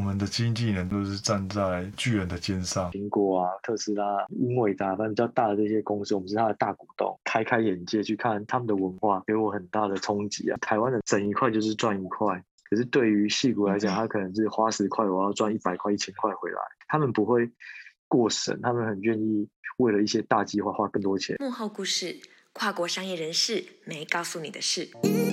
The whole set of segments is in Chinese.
们的经纪人都是站在巨人的肩上。 苹果啊、特斯拉、英伟达，反正比较大的这些公司，我们是它的大股东，开眼界去看他们的文化，给我很大的冲击啊！台湾的整一块就是赚一块。可是对于矽谷来讲，他可能是花10块，我要赚100块、1000块回来。他们不会过审，他们很愿意为了一些大计划花更多钱。 幕后故事，跨国商业人士没告诉你的事。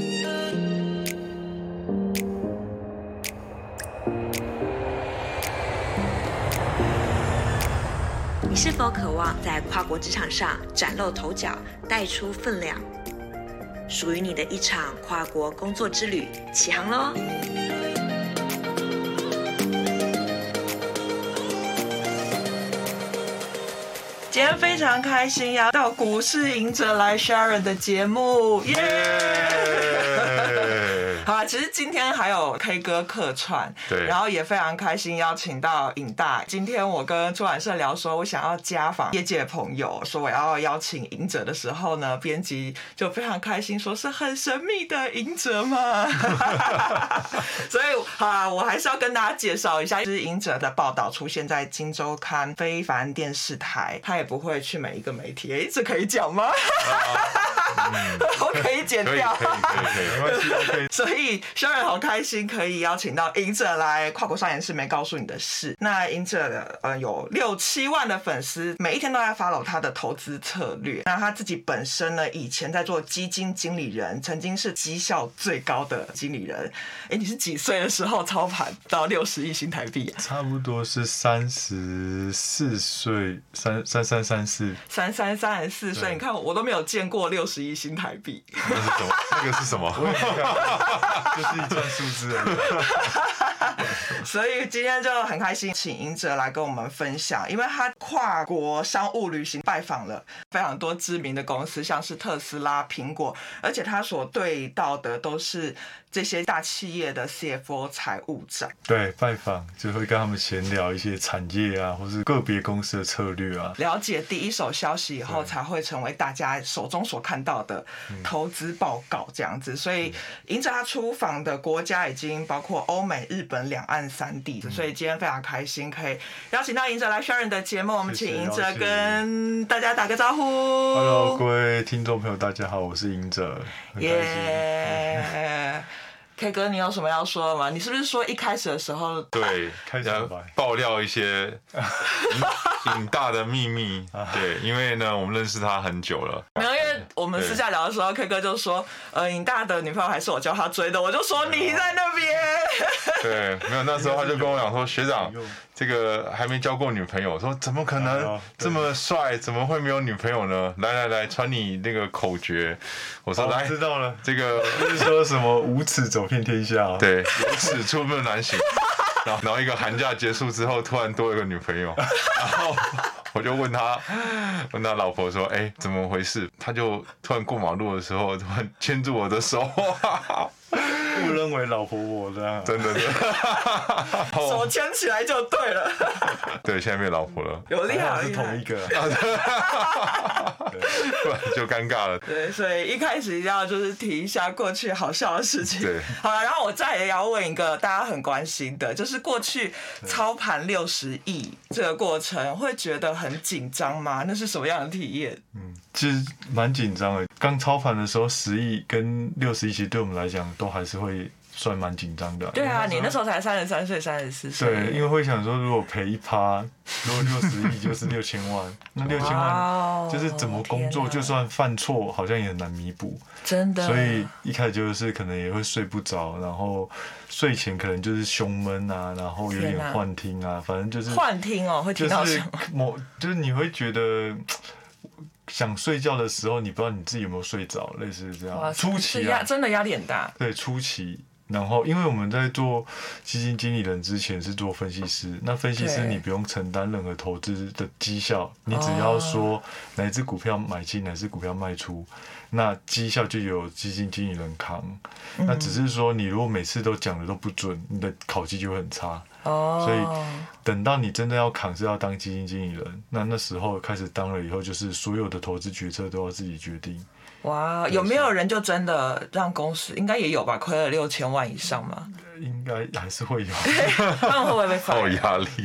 你是否渴望在跨国职场上崭露头角，带出分量？属于你的一场跨国工作之旅起航喽！今天非常开心，要到股市赢者来 Sharon 的节目，耶！好啊，其实今天还有 K 哥客串， 对， 然后也非常开心邀请到尹大。今天我跟出版社聊说，我想要家访业界的朋友，说我要邀请赢者的时候呢，编辑就非常开心，说是很神秘的赢者嘛。所以好啊，我还是要跟大家介绍一下，就是赢者的报道出现在《今周刊》非凡电视台，他也不会去每一个媒体，这可以讲吗？我可以剪掉， 可以，没关系 ，OK。 所以 Sharon 好开心可以邀请到赢者来跨国商人士没告诉你的事。那赢者的有6-7万的粉丝，每一天都在 follow 他的投资策略。那他自己本身呢，以前在做基金经理人，曾经是绩效最高的经理人。你是几岁的时候操盘到60亿新台币啊？ 差不多是34岁 3334岁。你看我都没有见过60亿新台币。 那个是什么？ 就是一串数字而已。 所以今天就很开心，请赢者来跟我们分享，因为他跨国商务旅行拜访了非常多知名的公司，像是特斯拉、苹果，而且他所对到的都是这些大企业的 CFO 财务长。 对，拜访就会跟他们闲聊一些产业啊，或是个别公司的策略啊， 了解第一手消息以后，才会成为大家手中所看到的投资报告这样子。所以赢者他出访的国家已经包括欧美、日本两岸3地，所以今天非常开心可以邀请到赢者来 Sharon 的节目。我们请赢者跟大家打个招呼。 Hello， 各位听众朋友，大家好，我是赢者，很开心。 K 哥，你有什么要说的吗？你是不是说一开始的时候， 对， 开始爆料一些尹大的秘密？对，因为呢，我们认识他很久了。 没有，因为我们私下聊的时候 ，K 哥就说，尹大的女朋友还是我教他追的，我就说你在那边。 对，没有，那时候他就跟我讲说，学长，这个还没交过女朋友，我说怎么可能这么帅，怎么会没有女朋友呢？来，传你那个口诀。我说来， 知道了， 这个不是说什么无耻走遍天下？ 对，有耻出门难行。然后一个寒假结束之后，突然多一个女朋友，然后我就问他老婆说，怎么回事？他就突然过马路的时候，突然牵住我的手。 误认为老婆我这样， 真的， 手牵起来就对了。 对，现在变老婆了， 有厉害， 是同一个， 不然就尴尬了。 对，所以一开始要就是提一下过去好笑的事情。 对， 好了，然后我再也要问一个大家很关心的，就是过去操盘60亿这个过程，会觉得很紧张吗？那是什么样的体验？ 其实蛮紧张的。刚操盘的时候，10亿跟60亿，其实对我们来讲都还是会算蛮紧张的。 对啊，你那时候才33岁、34岁。 对，因为会想说，如果赔1%，如果60亿就是6000万，那6000万就是怎么工作，就算犯错，好像也很难弥补。 真的。所以一开始就是可能也会睡不着，然后睡前可能就是胸闷啊，然后有点幻听啊，反正就是幻听哦，会听到什么？就是你会觉得。想睡觉的时候，你不知道你自己有没有睡着，类似这样。初期真的压力很大。 对，初期。然后，因为我们在做基金经理人之前是做分析师，那分析师你不用承担任何投资的绩效，你只要说哪只股票买进，哪只股票卖出，那绩效就有基金经理人扛。那只是说，你如果每次都讲的都不准，你的考绩就会很差。所以等到你真的要扛，是要当基金经理人，那时候开始当了以后，就是所有的投资决策都要自己决定。 哇，有没有人就真的让公司应该也有吧，亏了6000万以上吗？ 应该还是会有。 他们会不会被 fire？ 好压力。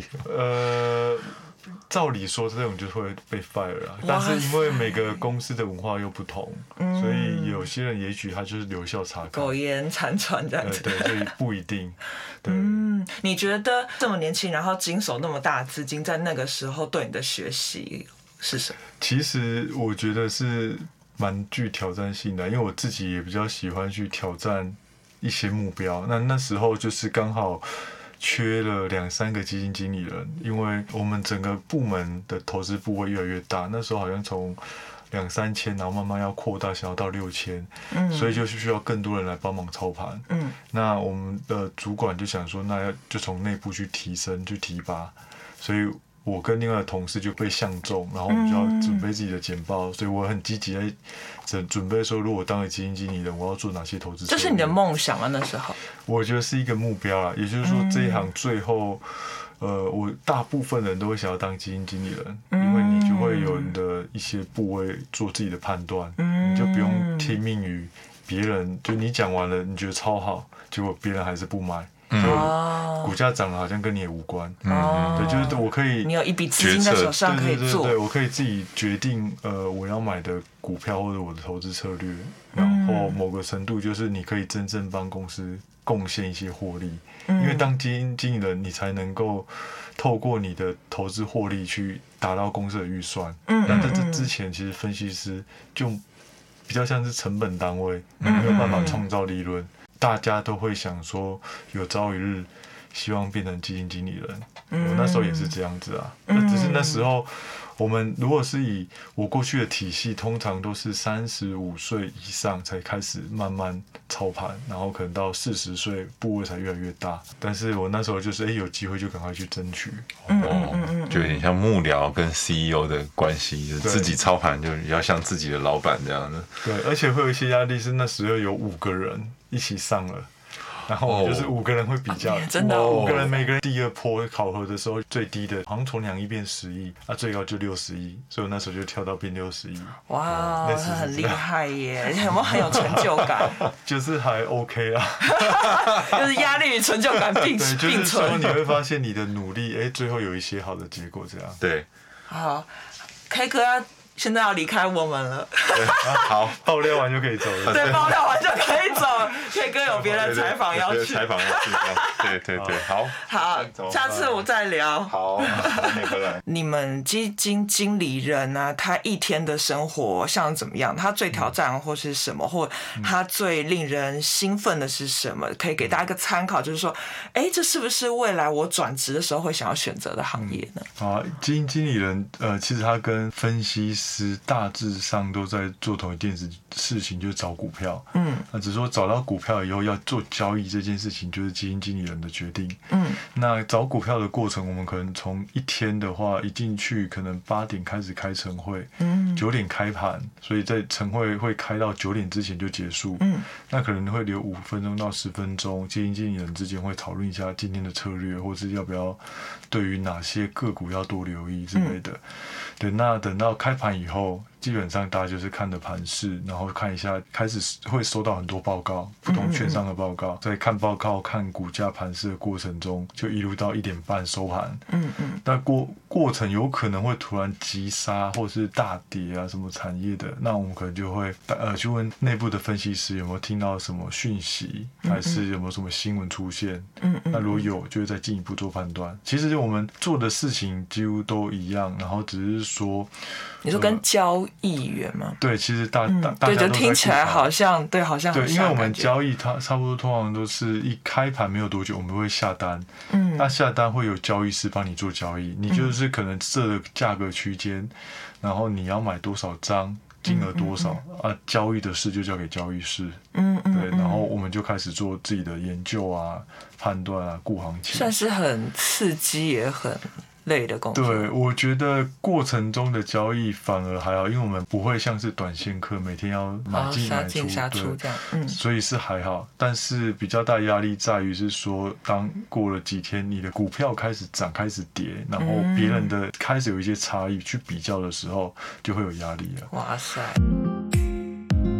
照理说这种就会被 fire 啊，但是因为每个公司的文化又不同，所以有些人也许他就是留校察看， 苟延残喘这样子。 对，所以不一定。对， 你觉得这么年轻，然后经手那么大的资金，在那个时候对你的学习是什么？ 其实我觉得是蛮具挑战性的，因为我自己也比较喜欢去挑战一些目标。那时候就是刚好缺了2-3个基金经理人，因为我们整个部门的投资部位越来越大，那时候好像从2-3千，然后慢慢要扩大，想要到6000，所以就是需要更多人来帮忙操盘。那我们的主管就想说，那就从内部去提升、去提拔，所以我跟另外的同事就被相中，然后我们就要准备自己的简报，所以我很积极在准备说，如果当了基金经理人，我要做哪些投资策略。 这是你的梦想吗？那时候我觉得是一个目标啦，也就是说这一行最后，我大部分人都会想要当基金经理人，因为你就会有你的一些部位做自己的判断，你就不用听命于别人，就你讲完了，你觉得超好，结果别人还是不买。股价涨了好像跟你也无关，对，就是我可以， 你有一笔资金在手上可以做， 对，我可以自己决定我要买的股票或者我的投资策略，然后某个程度就是你可以真正帮公司贡献一些获利，因为当基金经理人，你才能够透过你的投资获利去达到公司的预算。那在这之前，其实分析师就比较像是成本单位，没有办法创造利润。大家都会想说，有朝一日希望变成基金经理人。我那时候也是这样子啊，只是那时候我们如果是以我过去的体系，通常都是35岁以上才开始慢慢操盘，然后可能到40岁部位才越来越大。但是我那时候就是有机会就赶快去争取。 就有点像幕僚跟 CEO 的关系，就是自己操盘就比较像自己的老板这样的。 对，而且会有一些压力，是那时候有5个人一起上了。然后就是5个人会比较， 真的 5个人每个人第2波考核的时候最低的好像从2亿变10亿，最高就60亿，所以我那时候就跳到变60亿。 哇，那很厉害耶！有没有很有成就感？ 就是还 OK 啦， 就是压力与成就感并对，就是说存。 你会发现你的努力，最后有一些好的结果，这样。 对。 好 ，K 哥现在要离开我们了。 好，爆料完就可以走了。 对，爆料完就可以走。K 哥有别人采访要去。 采访要去。对，好。 好，下次我再聊。 好，你回来。 你们基金经理人啊，他一天的生活像怎么样？他最挑战或是什么，或他最令人兴奋的是什么？可以给大家一个参考，就是说，这是不是未来我转职的时候会想要选择的行业呢？ 好，基金经理人，其实他跟分析师大致上都在做同一件事情，就是找股票。只是说找到股票以后要做交易这件事情，就是基金经理人的决定。那找股票的过程，我们可能从一天的话，一进去可能8点开始开晨会，9点开盘，所以在晨会会开到9点之前就结束。那可能会留5分钟到10分钟，基金经理人之间会讨论一下今天的策略，或是要不要对于哪些个股要多留意之类的。对，那等到开盘以后，基本上大家就是看着盘势，然后看一下，开始会收到很多报告，不同券商的报告，在看报告、看股价盘势的过程中，就一路到1点半收盘。那过程有可能会突然急杀，或是大跌啊，什么产业的，那我们可能就会去问内部的分析师有没有听到什么讯息，还是有没有什么新闻出现。那如果有，就会再进一步做判断。其实我们做的事情几乎都一样，然后只是说， 你说跟交易员吗？ 对，其实大家对，就都听起来好像对，好像对，因为我们交易易它差不多通常都是一开盘没有多久，我们会下单。那下单会有交易师帮你做交易，你就是可能设的价格区间，然后你要买多少张，金额多少交易的事就交给交易室。对，然后我们就开始做自己的研究啊、判断啊、顾行情， 算是很刺激也很累的工作。 对，我觉得过程中的交易反而还好，因为我们不会像是短线客每天要买进买出， 下出这样， 所以是还好。但是比较大压力在于是说，当过了几天，你的股票开始涨、开始跌，然后别人的开始有一些差异去比较的时候，就会有压力了。 哇塞！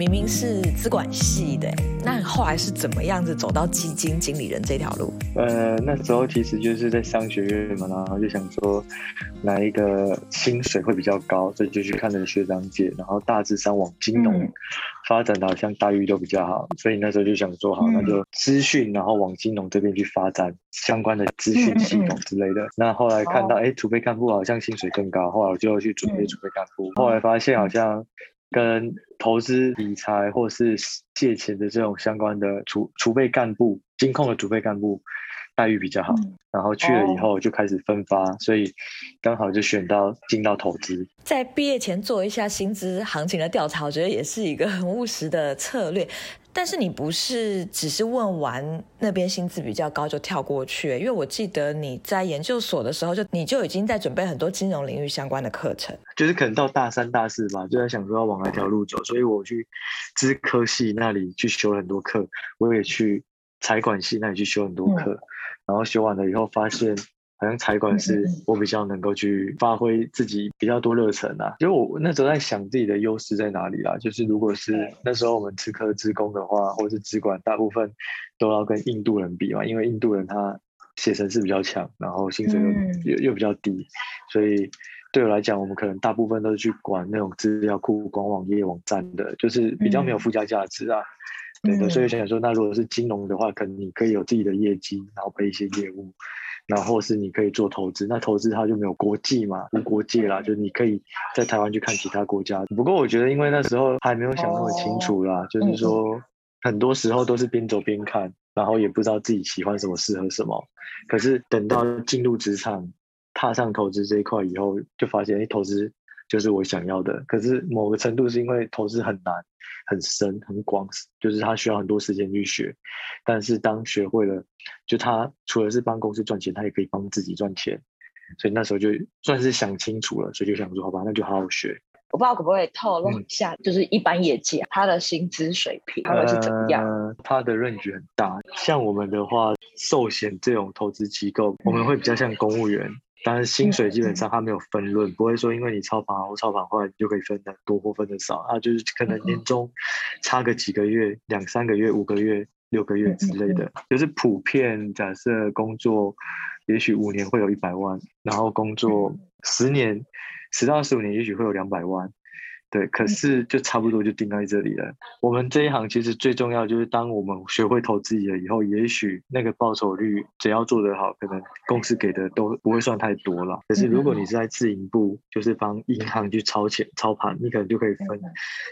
明明是资管系的，那你后来是怎么样子走到基金经理人这条路？ 那时候其实就是在商学院嘛，然后就想说哪一个薪水会比较高，所以就去看了学长姐，然后大致上往金融发展的好像待遇都比较好，所以那时候就想说好，那就资讯，然后往金融这边去发展相关的资讯系统之类的。那后来看到储备干部好像薪水更高，后来我就去准备储备干部，后来发现好像跟投资理财或是借钱的这种相关的储备干部、金控的储备干部待遇比较好，然后去了以后就开始分发，所以刚好就进到投资。 在毕业前做一下薪资行情的调查，我觉得也是一个很务实的策略。但是你不是只是问完那边薪资比较高就跳过去，因为我记得你在研究所的时候你就已经在准备很多金融领域相关的课程， 就是可能到大3、大4吧，就在想说要往哪条路走，所以我去资科系那里去修了很多课，我也去财管系那里去修很多课，然后修完了以后发现好像财管是我比较能够去发挥自己比较多热忱啊，就我那时候在想自己的优势在哪里啦，就是如果是那时候我们资科资工的话，或是资管大部分都要跟印度人比嘛，因为印度人他写程式比较强，然后薪水又比较低，所以对我来讲，我们可能大部分都是去管那种资料库、管网页、网站的，就是比较没有附加价值啊。对的，所以想说，那如果是金融的话，可能你可以有自己的业绩，然后背一些业务，然后是你可以做投资。那投资它就没有国际嘛，无国界啦，就你可以在台湾去看其他国家。不过我觉得，因为那时候还没有想那么清楚啦，就是说很多时候都是边走边看，然后也不知道自己喜欢什么、适合什么。可是等到进入职场，踏上投资这一块以后，就发现，投资就是我想要的。可是某个程度是因为投资很难、很深、很广，就是它需要很多时间去学。但是当学会了，就它除了是帮公司赚钱，它也可以帮自己赚钱。所以那时候就算是想清楚了，所以就想说，好吧，那就好好学。 我不知道可不可以透露一下，就是一般业界它的薪资水平他们是怎么样？ 它的range很大，像我们的话，寿险这种投资机构，我们会比较像公务员。当然，薪水基本上它没有分论，不会说因为你操盘好或操盘坏，你就可以分得多或分得少。它就是可能年终差个几个月、2、3个月、5个月、6个月之类的。就是普遍假设工作，也许5年会有100万，然后工作10到15年，也许会有200万。对，可是就差不多就定在这里了。我们这一行其实最重要就是当我们学会投资了以后，也许那个报酬率只要做得好，可能公司给的都不会算太多了。可是如果你是在自营部，就是帮银行去操盘，你可能就可以分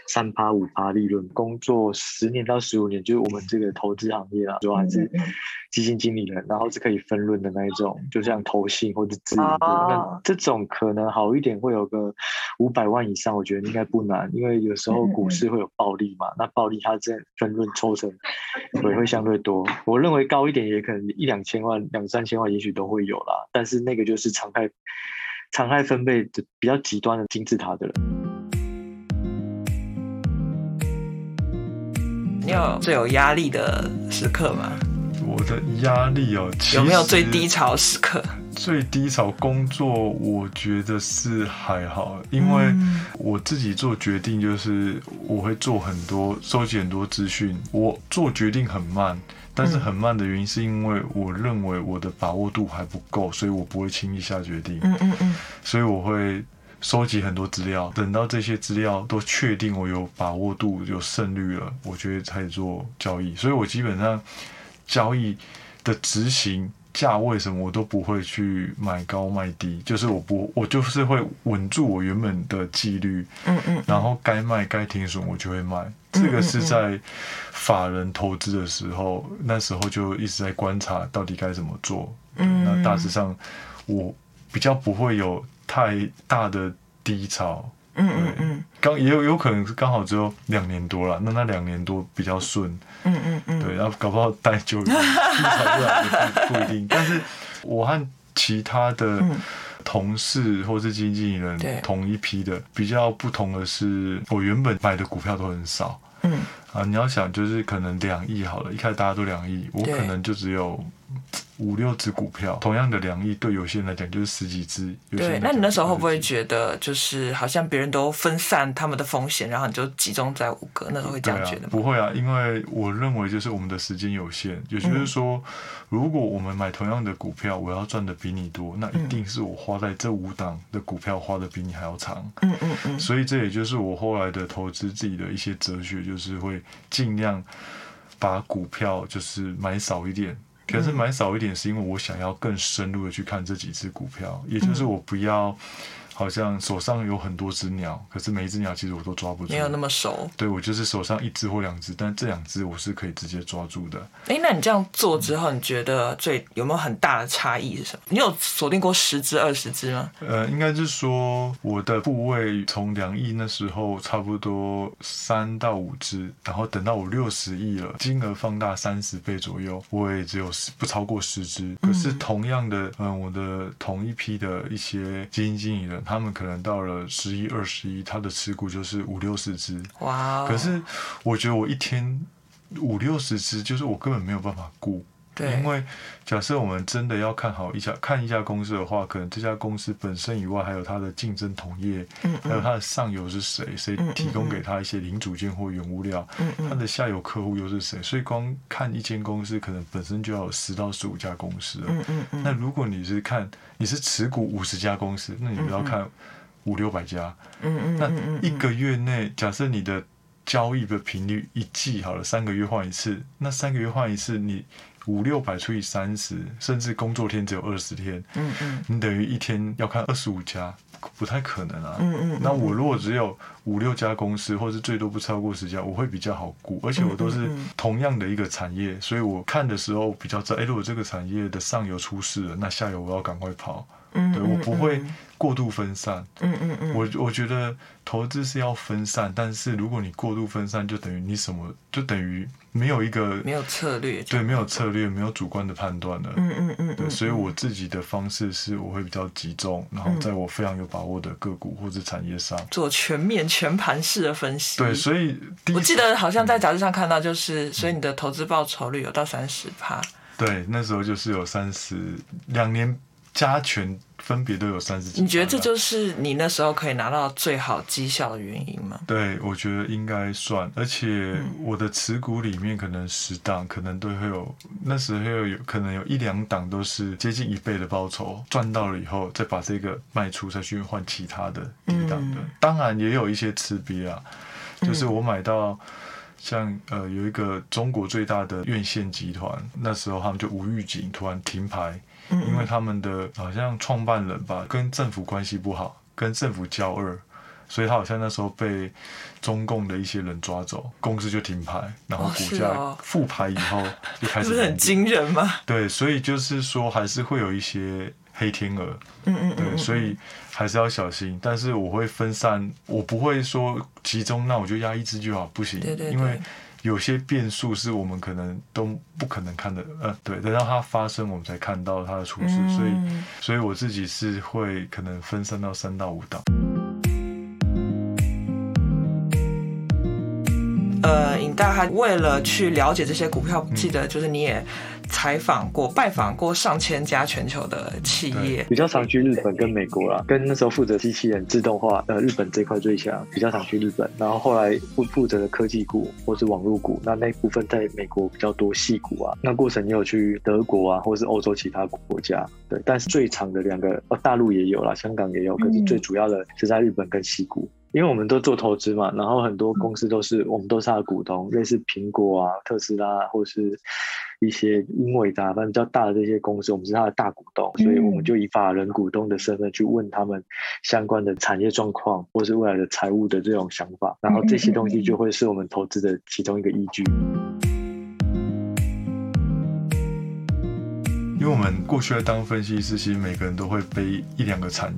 3%、5%利润。工作10年到15年，就是我们这个投资行业啦，主要还是基金经理人，然后是可以分润的那一种，就像投信或者自营部，那这种可能好一点会有个500万以上，我觉得应该不难，因为有时候股市会有暴利嘛，那暴利它这分润抽成也会相对多。我认为高一点也可能1、2千万、2、3千万也许都会有啦，但是那个就是常态分配的比较极端的金字塔的人。 你有最有压力的时刻吗？ 我的压力哦， 有没有最低潮时刻？ 最低潮工作，我觉得是还好，因为我自己做决定，就是我会收集很多资讯，我做决定很慢，但是很慢的原因是因为我认为我的把握度还不够，所以我不会轻易下决定。所以我会收集很多资料，等到这些资料都确定我有把握度、有胜率了，我就会开始做交易。所以我基本上交易的执行价位什么我都不会去买高卖低，就是我就是会稳住我原本的纪律，然后该卖该停损我就会卖。这个是在法人投资的时候，那时候就一直在观察到底该怎么做。那大致上我比较不会有太大的低潮。也有可能是刚好只有2年多了，那2年多比较顺，对，然后搞不好待久一点，低潮不来不一定。但是我和其他的同事或是经纪人同一批的比较不同的是，我原本买的股票都很少，你要想就是可能2亿好了，一开始大家都2亿，我可能就只有 5-6只股票，同样的2亿，对有些人来讲就是10几只。 对，那你那时候会不会觉得，就是好像别人都分散他们的风险，然后你就集中在5个？那时候会这样觉得吗？ 不会啊，因为我认为就是我们的时间有限，也就是说，如果我们买同样的股票，我要赚的比你多，那一定是我花在这5档的股票花的比你还要长。所以这也就是我后来的投资自己的一些哲学，就是会尽量把股票就是买少一点。可是买少一点是因为我想要更深入的去看这几只股票，也就是我不要好像手上有很多只鸟，可是每一只鸟其实我都抓不住， 没有那么熟。 对，我就是手上1只或2只，但这2只我是可以直接抓住的。 那你这样做之后，你觉得有没有很大的差异是什么？你有锁定过10只、20只吗？ 应该是说我的部位从2亿那时候差不多3到5只，然后等到我60亿了，金额放大30倍左右，我也只有不超过10只。可是同样的，我的同一批的一些基金经理人，他们可能到了10亿、20亿，他的持股就是50-60只。 哇！ 可是我觉得我一天50-60只，就是我根本没有办法顾。对，因为假设我们真的要看一家公司的话，可能这家公司本身以外，还有它的竞争同业，还有它的上游是谁提供给它一些零组件或原物料，它的下游客户又是谁？所以光看一间公司，可能本身就要有10到15家公司了。那如果你是持股50家公司，那你就要看500-600家。那1个月内，假设你的交易的频率1季好了，3个月换一次，那3个月换一次，你500-600除以30，甚至工作天只有20天，你等于一天要看25家，不太可能啊。那我如果只有5-6家公司，或是最多不超过10家，我会比较好顾，而且我都是同样的一个产业，所以我看的时候比较知道，如果这个产业的上游出事了，那下游我要赶快跑。对，我不会过度分散。我觉得投资是要分散，但是如果你过度分散，就等于没有策略，对，没有策略，没有主观的判断了。对，所以我自己的方式是我会比较集中，然后在我非常有把握的个股或者产业上做全盘式的分析。 对，所以我记得好像在杂志上看到，所以你的投资报酬率有到30%。 对，那时候就是有2年加权分别都有30几%。 你觉得这就是你那时候可以拿到最好绩效的原因吗？ 对，我觉得应该算，而且我的持股里面可能10档，可能都会有，那时候可能有1-2档都是接近1倍的报酬，赚到了以后再把这个卖出，再去换其他的低档的。当然也有一些吃瘪啊，就是我买到像有一个中国最大的院线集团，那时候他们就无预警突然停牌。因为他们的好像创办人吧，跟政府关系不好，跟政府交恶，所以他好像那时候被中共的一些人抓走，公司就停牌，然后股价复牌以后就开始。 不是很惊人吗？ 对，所以就是说还是会有一些黑天鹅。对，所以还是要小心。但是我会分散，我不会说集中，那我就压1只就好，不行， 对， 因为有些变数是我们可能都不可能看的，对，等到它发生我们才看到它的出事，所以我自己是会可能分散到3到5档。 尹大他为了去了解这些股票，记得就是你也拜访过上千家全球的企业， 比较常去日本跟美国啦，跟那时候负责机器人自动化，日本这块最强，比较常去日本，然后后来负责的科技股或是网络股，那部分在美国比较多矽股啊，那过程也有去德国啊，或是欧洲其他国家，对，但是最长的2个，大陆也有啦，香港也有，可是最主要的是在日本跟矽股。因为我们都做投资嘛，然后很多公司我们都是他的股东，类似苹果啊、特斯拉或是一些英伟达，反正比较大的这些公司，我们是他的大股东，所以我们就以法人股东的身份去问他们相关的产业状况，或是未来的财务的这种想法，然后这些东西就会是我们投资的其中一个依据。 因为我们过去在当分析师，其实每个人都会背1-2个产业，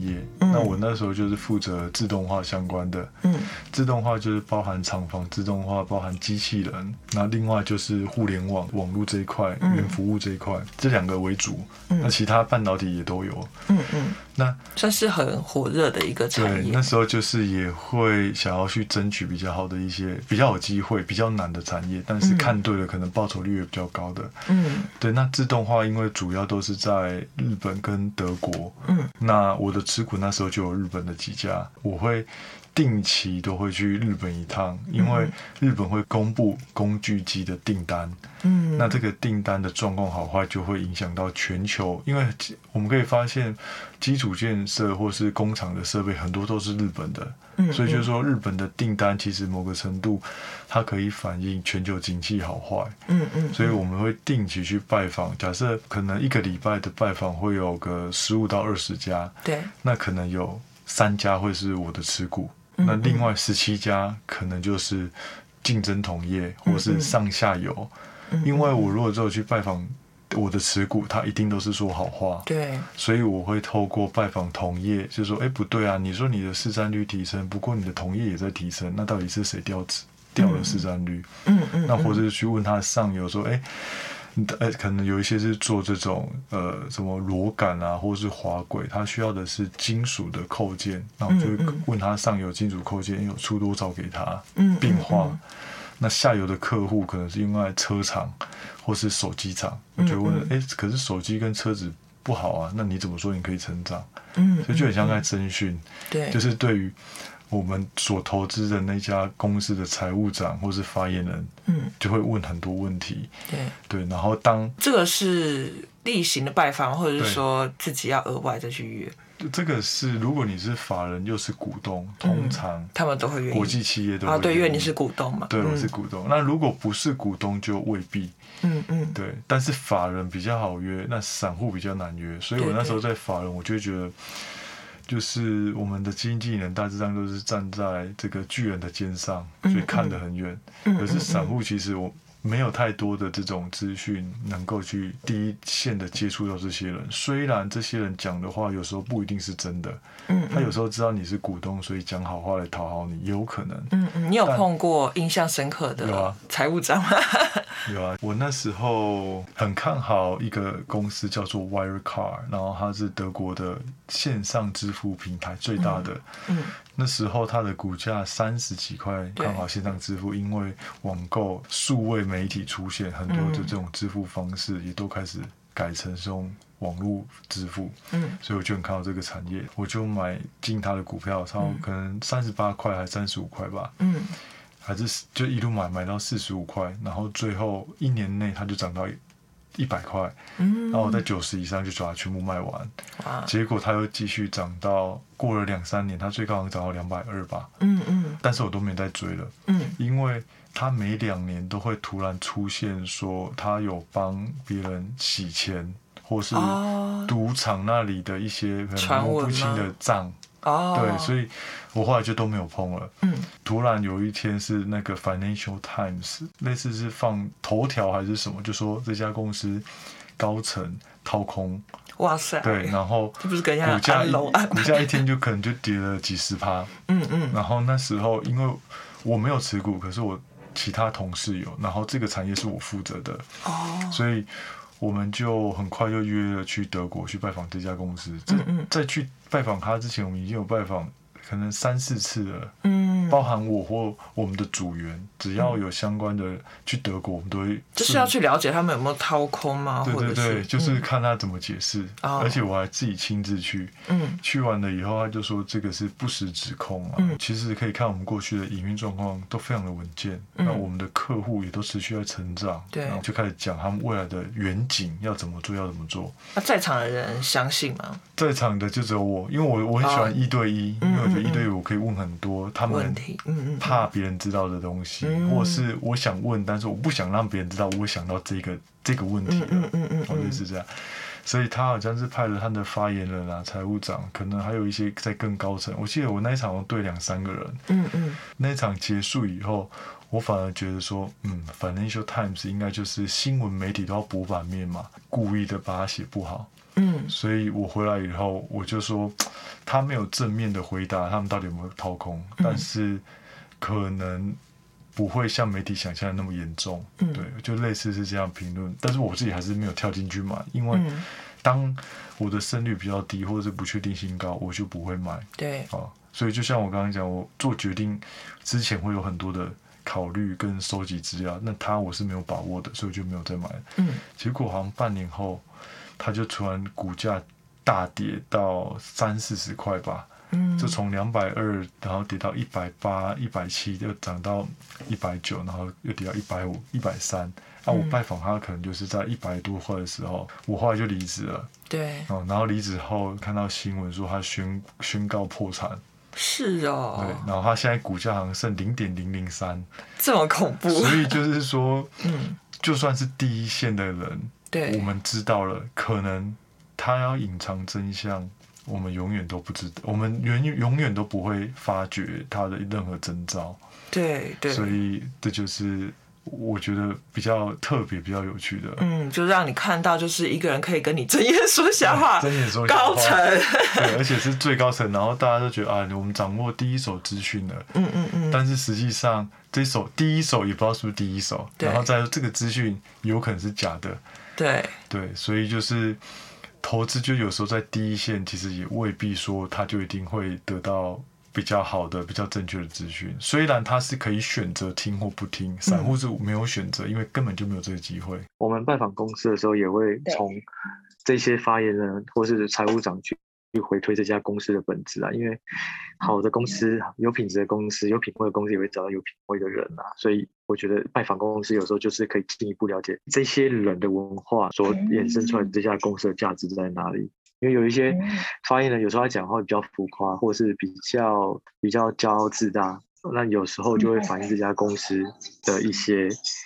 那我那时候就是负责自动化相关的，自动化就是包含厂房自动化，包含机器人，那另外就是互联网网络这一块，云服务这一块，这2个为主，那其他半导体也都有。那算是很火热的一个产业。 对，那时候就是也会想要去争取比较好的一些比较有机会、比较难的产业，但是看对了，可能报酬率也比较高的。对。那自动化因为主要都是在日本跟德国，那我的持股那时候就有日本的几家，我会定期都会去日本一趟，因为日本会公布工具机的订单，那这个订单的状况好坏就会影响到全球，因为我们可以发现基础建设或是工厂的设备很多都是日本的，所以就是说日本的订单其实某个程度它可以反映全球景气好坏，所以我们会定期去拜访，假设可能1个礼拜的拜访会有个15到20家， 对， 那可能有3家会是我的持股，那另外17家可能就是竞争同业或是上下游，因为我如果只有去拜访我的持股，他一定都是说好话， 对， 所以我会透过拜访同业，就说，不对啊，你说你的市占率提升，不过你的同业也在提升，那到底是谁掉了市占率？那或者是去问他的上游说，可能有一些是做这种什么螺杆啊，或是滑轨，他需要的是金属的扣件，那我就会问他上游金属扣件有出多少给他变化。那下游的客户可能是用在车厂或是手机厂，我就问可是手机跟车子不好啊，那你怎么说你可以成长？所以就很像在侦讯， 对， 就是对于我们所投资的那家公司的财务长或是发言人，就会问很多问题，对，然后这个是例行的拜访，或者是说自己要额外再去约。 这个是如果你是法人又是股东，通常他们都会愿意， 国际企业都会愿意对，因为你是股东嘛。 对，我是股东。那如果不是股东就未必。对，但是法人比较好约，那散户比较难约，所以我那时候在法人，我就会觉得，就是我们的基金经理人大致上都是站在这个巨人的肩上，所以看得很远。可是散户其实我没有太多的这种资讯能够去第一线的接触到这些人，虽然这些人讲的话有时候不一定是真的，他有时候知道你是股东，所以讲好话来讨好你，也有可能。 你有碰过印象深刻的财务长吗？ 有啊，我那时候很看好一个公司叫做 Wirecard， 然后它是德国的线上支付平台最大的。那时候它的股价30几块，看好线上支付，因为网购数位媒体出现，很多的这种支付方式也都开始改成是用网络支付，所以我就很看好这个产业，我就买进它的股票，可能38块还35块吧，还是就一路买到45块，然后最后1年内它就涨到100块，然后我在90以上就把它全部卖完，结果它又继续涨到过了2-3年，它最高好像涨到220吧，但是我都没再追了，因为它每2年都会突然出现说它有帮别人洗钱，或是赌场那里的一些摸不清的账。对，所以我后来就都没有碰了。突然有一天是那个 Financial Times 类似是放头条还是什么，就说这家公司高层掏空。 哇塞！ 对，然后不是跟人家股价一天就可能就跌了几10%。然后那时候因为我没有持股，可是我其他同事有，然后这个产业是我负责的，所以我们就很快就约了去德国去拜访这家公司。在去拜访他之前，我们已经有拜访可能3-4次了，包含我或我们的组员，只要有相关的去德国，我们都会就是要去了解他们有没有掏空吗？ 对，就是看他怎么解释，而且我还自己亲自去，去完了以后，他就说这个是不实指控啊，其实可以看我们过去的营运状况都非常的稳健，那我们的客户也都持续在成长，然后就开始讲他们未来的远景要怎么做。 那在场的人相信吗？ 在场的就只有我，因为我很喜欢1对1，因为我觉得1对1我可以问很多他们怕别人知道的东西，或是我想问，但是我不想让别人知道我想到这个问题了，类似这样。所以他好像是派了他的发言人啊、财务长，可能还有一些在更高层。我记得我那一场对2-3个人，那一场结束以后，我反而觉得说Financial Times 应该就是新闻媒体都要博版面嘛，故意的把它写不好。 所以我回来以后，我就说他没有正面的回答他们到底有没有掏空，但是可能不会像媒体想象的那么严重，对，就类似是这样评论。但是我自己还是没有跳进去买，因为当我的胜率比较低或者是不确定性高，我就不会买。 对， 所以就像我刚刚讲，我做决定之前会有很多的考虑跟收集资料，那我是没有把握的，所以我就没有再买了。结果好像半年后，它就突然股价大跌到30-40块吧，就从220，然后跌到180、170，又涨到190，然后又跌到150、130。我拜访他可能就是在100多块的时候，我后来就离职了。 对， 然后离职后看到新闻说他宣告破产。 是哦， 对，然后他现在股价好像剩0.003， 这么恐怖。 所以就是说，就算是第一线的人， 对， 我们知道了，可能他要隐藏真相，我们永远都不知道，我们永远都不会发觉他的任何征兆。 对对， 所以这就是我觉得比较特别、比较有趣的。 就让你看到，就是一个人可以跟你睁眼说瞎话， 睁眼说瞎话， 高层， 对，而且是最高层，然后大家都觉得我们掌握第一手资讯了，但是实际上第一手也不知道是不是第一手，然后再这个资讯有可能是假的，对，所以就是投资就有时候在第一线，其实也未必说他就一定会得到比较好的、比较正确的资讯，虽然他是可以选择听或不听，散户是没有选择，因为根本就没有这个机会。 我们拜访公司的时候，也会从这些发言人或是财务长去回推这家公司的本质啊，因为好的公司、有品质的公司、有品味的公司也会找到有品味的人啊，所以我觉得拜访公司有时候就是可以进一步了解这些人的文化所衍生出来的这家公司的价值在哪里。因为有一些发言人有时候他讲话比较浮夸，或是比较骄傲自大，那有时候就会反映这家公司的一些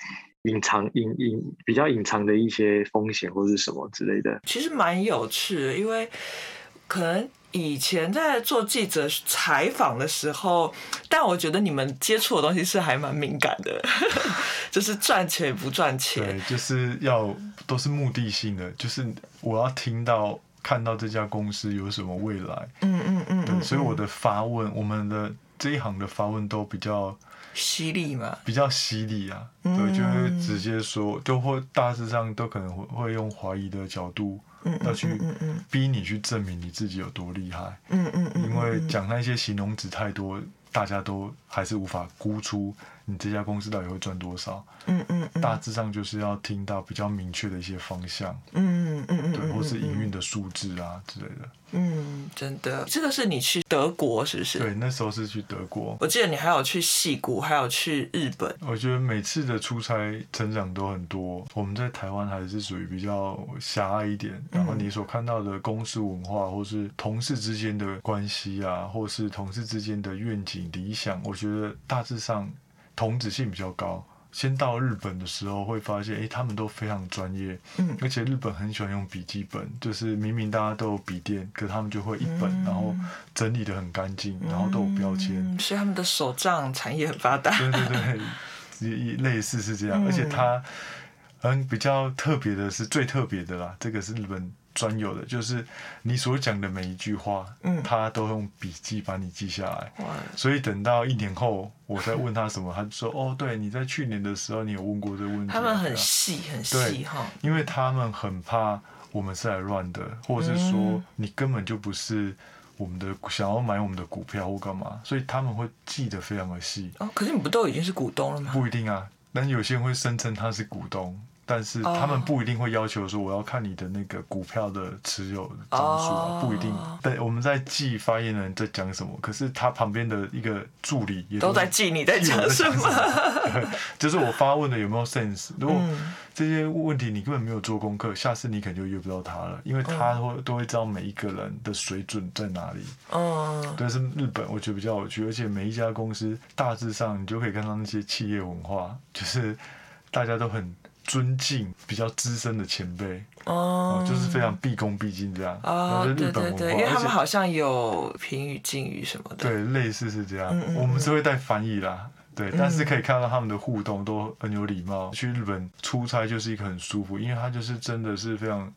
比较隐藏的一些风险或是什么之类的。 其实蛮有趣的，因为可能以前在做记者采访的时候，但我觉得你们接触的东西是还蛮敏感的，就是赚钱不赚钱， 对，就是都是目的性的，就是我要看到这家公司有什么未来，对，所以我的发问，我们的这一行的发问都比较犀利嘛， 比较犀利啊，对，就会直接说，就会大致上都可能会用怀疑的角度，要去逼你去证明你自己有多厉害，因为讲那些形容词太多，大家都还是无法估出你这家公司到底会赚多少，大致上就是要听到比较明确的一些方向，对，或是营运的数字啊之类的。 真的，这个是你去德国是不是？ 对，那时候是去德国。 我记得你还有去矽谷，还有去日本。 我觉得每次的出差成长都很多。我们在台湾还是属于比较狭隘一点，然后你所看到的公司文化，或是同事之间的关系啊，或是同事之间的愿景理想，我觉得大致上同质性比较高。先到日本的时候会发现，他们都非常专业，而且日本很喜欢用笔记本，就是明明大家都有笔电，可他们就会一本，然后整理得很干净，然后都有标签， 所以他们的手账产业很发达。 对，类似是这样，而且它比较特别的是最特别的啦，这个是日本专有的，就是你所讲的每一句话，他都用笔记把你记下来。所以等到1年后，我再问他什么，他就说：“对，你在去年的时候，你有问过这个问题。” 他们很细哈， 因为他们很怕我们是来乱的，或者是说你根本就不是我们的想要买我们的股票或干嘛，所以他们会记得非常的细。 可是你不都已经是股东了吗？ 不一定啊，但有些人会声称他是股东。但是他们不一定会要求说我要看你的那个股票的持有张数啊，不一定。对，我们在记发言人在讲什么，可是他旁边的一个助理也都在记你在讲什么。 就是我发问的有没有 sense？ 如果这些问题你根本没有做功课，下次你可能就约不到他了，因为他都会知道每一个人的水准在哪里。对，是日本，我觉得比较有趣，而且每一家公司大致上你就可以看到那些企业文化，就是大家都很尊敬比较资深的前辈，就是非常毕恭毕敬这样。 对，因为他们好像有评语、敬语什么的。 对，类似是这样。我们是会带翻译啦，对，但是可以看到他们的互动都很有礼貌。去日本出差就是一个很舒服，因为他就是真的是非常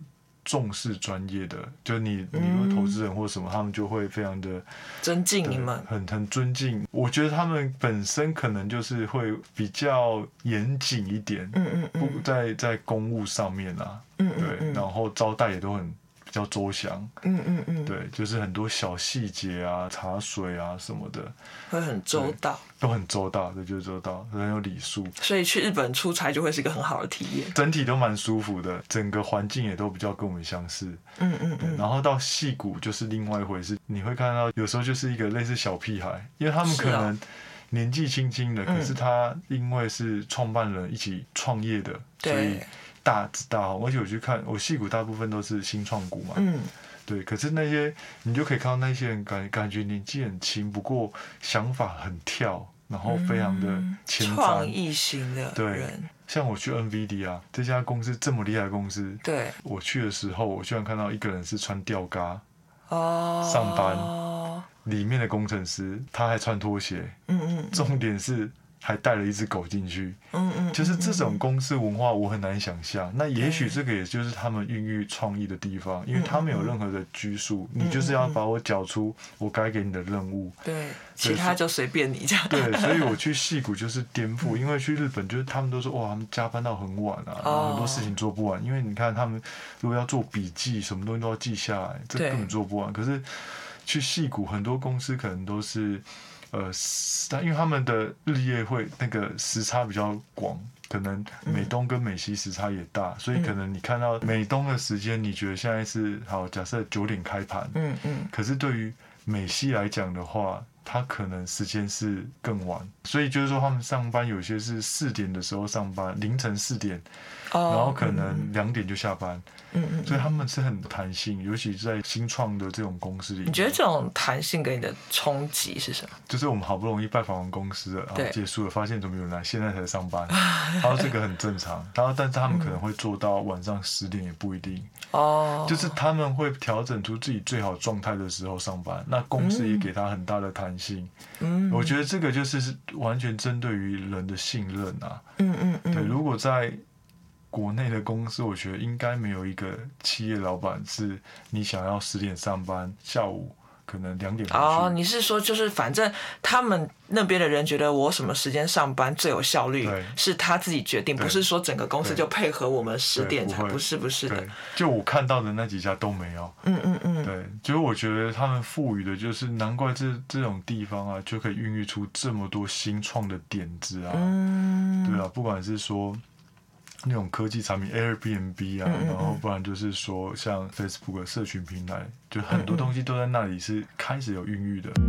重视专业的，就你如果投资人或什么，他们就会非常的尊敬你们， 很尊敬。我觉得他们本身可能就是会比较严谨一点，不在公务上面啊，对，然后招待也都很比较周详，对，就是很多小细节啊、茶水啊什么的， 会很周到， 都很周到，对，就是周到，很有礼数。 所以去日本出差就会是一个很好的体验， 整体都蛮舒服的，整个环境也都比较跟我们相似，对。然后到矽谷就是另外一回事，你会看到有时候就是一个类似小屁孩，因为他们可能年纪轻轻的，可是他因为是创办人一起创业的，所以大红。而且我去看，我矽谷大部分都是新创股嘛，对。可是那些你就可以看到那些人感觉年纪很轻，不过想法很跳，然后非常的前瞻， 创意型的人。 对，像我去 NVIDIA 这家公司这么厉害的公司， 对， 我去的时候，我居然看到一个人是穿吊嘎上班，里面的工程师他还穿拖鞋，重点是还带了一只狗进去，就是这种公司文化我很难想象。那也许这个也就是他们孕育创意的地方，因为他没有任何的拘束，你就是要把我缴出我该给你的任务， 对，其他就随便你这样。 对，所以我去矽谷就是颠覆，因为去日本就是他们都说哇，他们加班到很晚啊，然后很多事情做不完，因为你看他们如果要做笔记，什么东西都要记下来，这根本做不完。可是去矽谷很多公司可能都是。因为他们的日夜会那个时差比较广，可能美东跟美西时差也大，所以可能你看到美东的时间，你觉得现在是好，假设9点开盘，可是对于美西来讲的话，它可能时间是更晚，所以就是说他们上班有些是4点的时候上班，凌晨4点，然后可能2点就下班，所以他们是很弹性，尤其在新创的这种公司里面。 你觉得这种弹性给你的冲击是什么？ 就是我们好不容易拜访完公司了，然后结束了，发现怎么有人来现在才上班，然后这个很正常，然后但是他们可能会做到晚上10点也不一定，就是他们会调整出自己最好状态的时候上班，那公司也给他很大的弹性，我觉得这个就是完全针对于人的信任啊，对，如果在国内的公司，我觉得应该没有一个企业老板是你想要10点上班，下午可能2点回去。 你是说就是反正他们那边的人觉得我什么时间上班最有效率，是他自己决定，不是说整个公司就配合我们10点才，不是的。 就我看到的那几家都没有。对，就是我觉得他们赋予的就是难怪这种地方啊，就可以孕育出这么多新创的点子啊。对啊，不管是说。那种科技产品 Airbnb 啊，然后不然就是说像 Facebook 社群平台，就很多东西都在那里是开始有孕育的。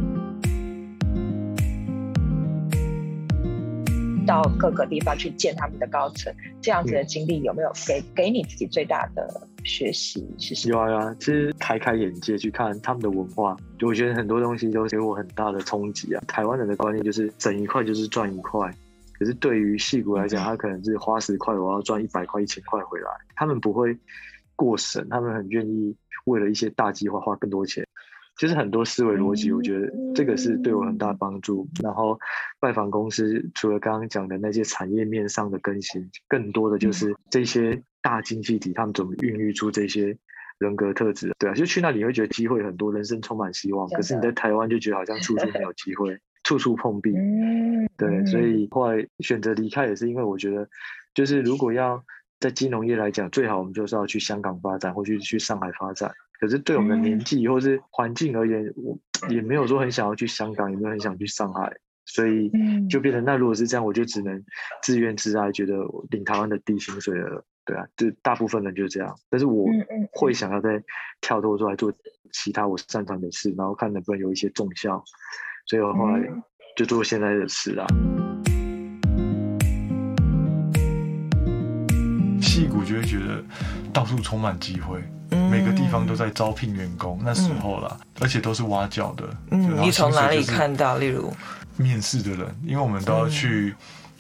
到各个地方去见他们的高层，这样子的经历有没有给你自己最大的学习是什么？ 有啊，其实开眼界去看他们的文化，就我觉得很多东西都给我很大的冲击啊。台湾人的观念就是整一块就是赚一块。可是对于矽谷来讲，他可能是花10块，我要赚100块、1000块回来。他们不会过省，他们很愿意为了一些大计划花更多钱。就是很多思维逻辑，我觉得这个是对我很大帮助。然后拜访公司，除了刚刚讲的那些产业面上的更新，更多的就是这些大经济体他们怎么孕育出这些人格特质。对啊，就去那里会觉得机会很多，人生充满希望。可是你在台湾就觉得好像处处没有机会。处处碰壁，对，所以后来选择离开也是因为我觉得，就是如果要在金融业来讲，最好我们就是要去香港发展，或去上海发展。可是对我们的年纪或是环境而言，我也没有说很想要去香港，也没有很想去上海，所以就变成那如果是这样，我就只能自怨自艾，觉得领台湾的低薪水了。对啊，就大部分人就这样。但是我会想要再跳脱出来做其他我擅长的事，然后看能不能有一些重效。所以我后来就做现在的事啦。 矽谷就会觉得到处充满机会，每个地方都在招聘员工，那时候啦，而且都是挖角的。 你从哪里看到？例如面试的人，因为我们都要去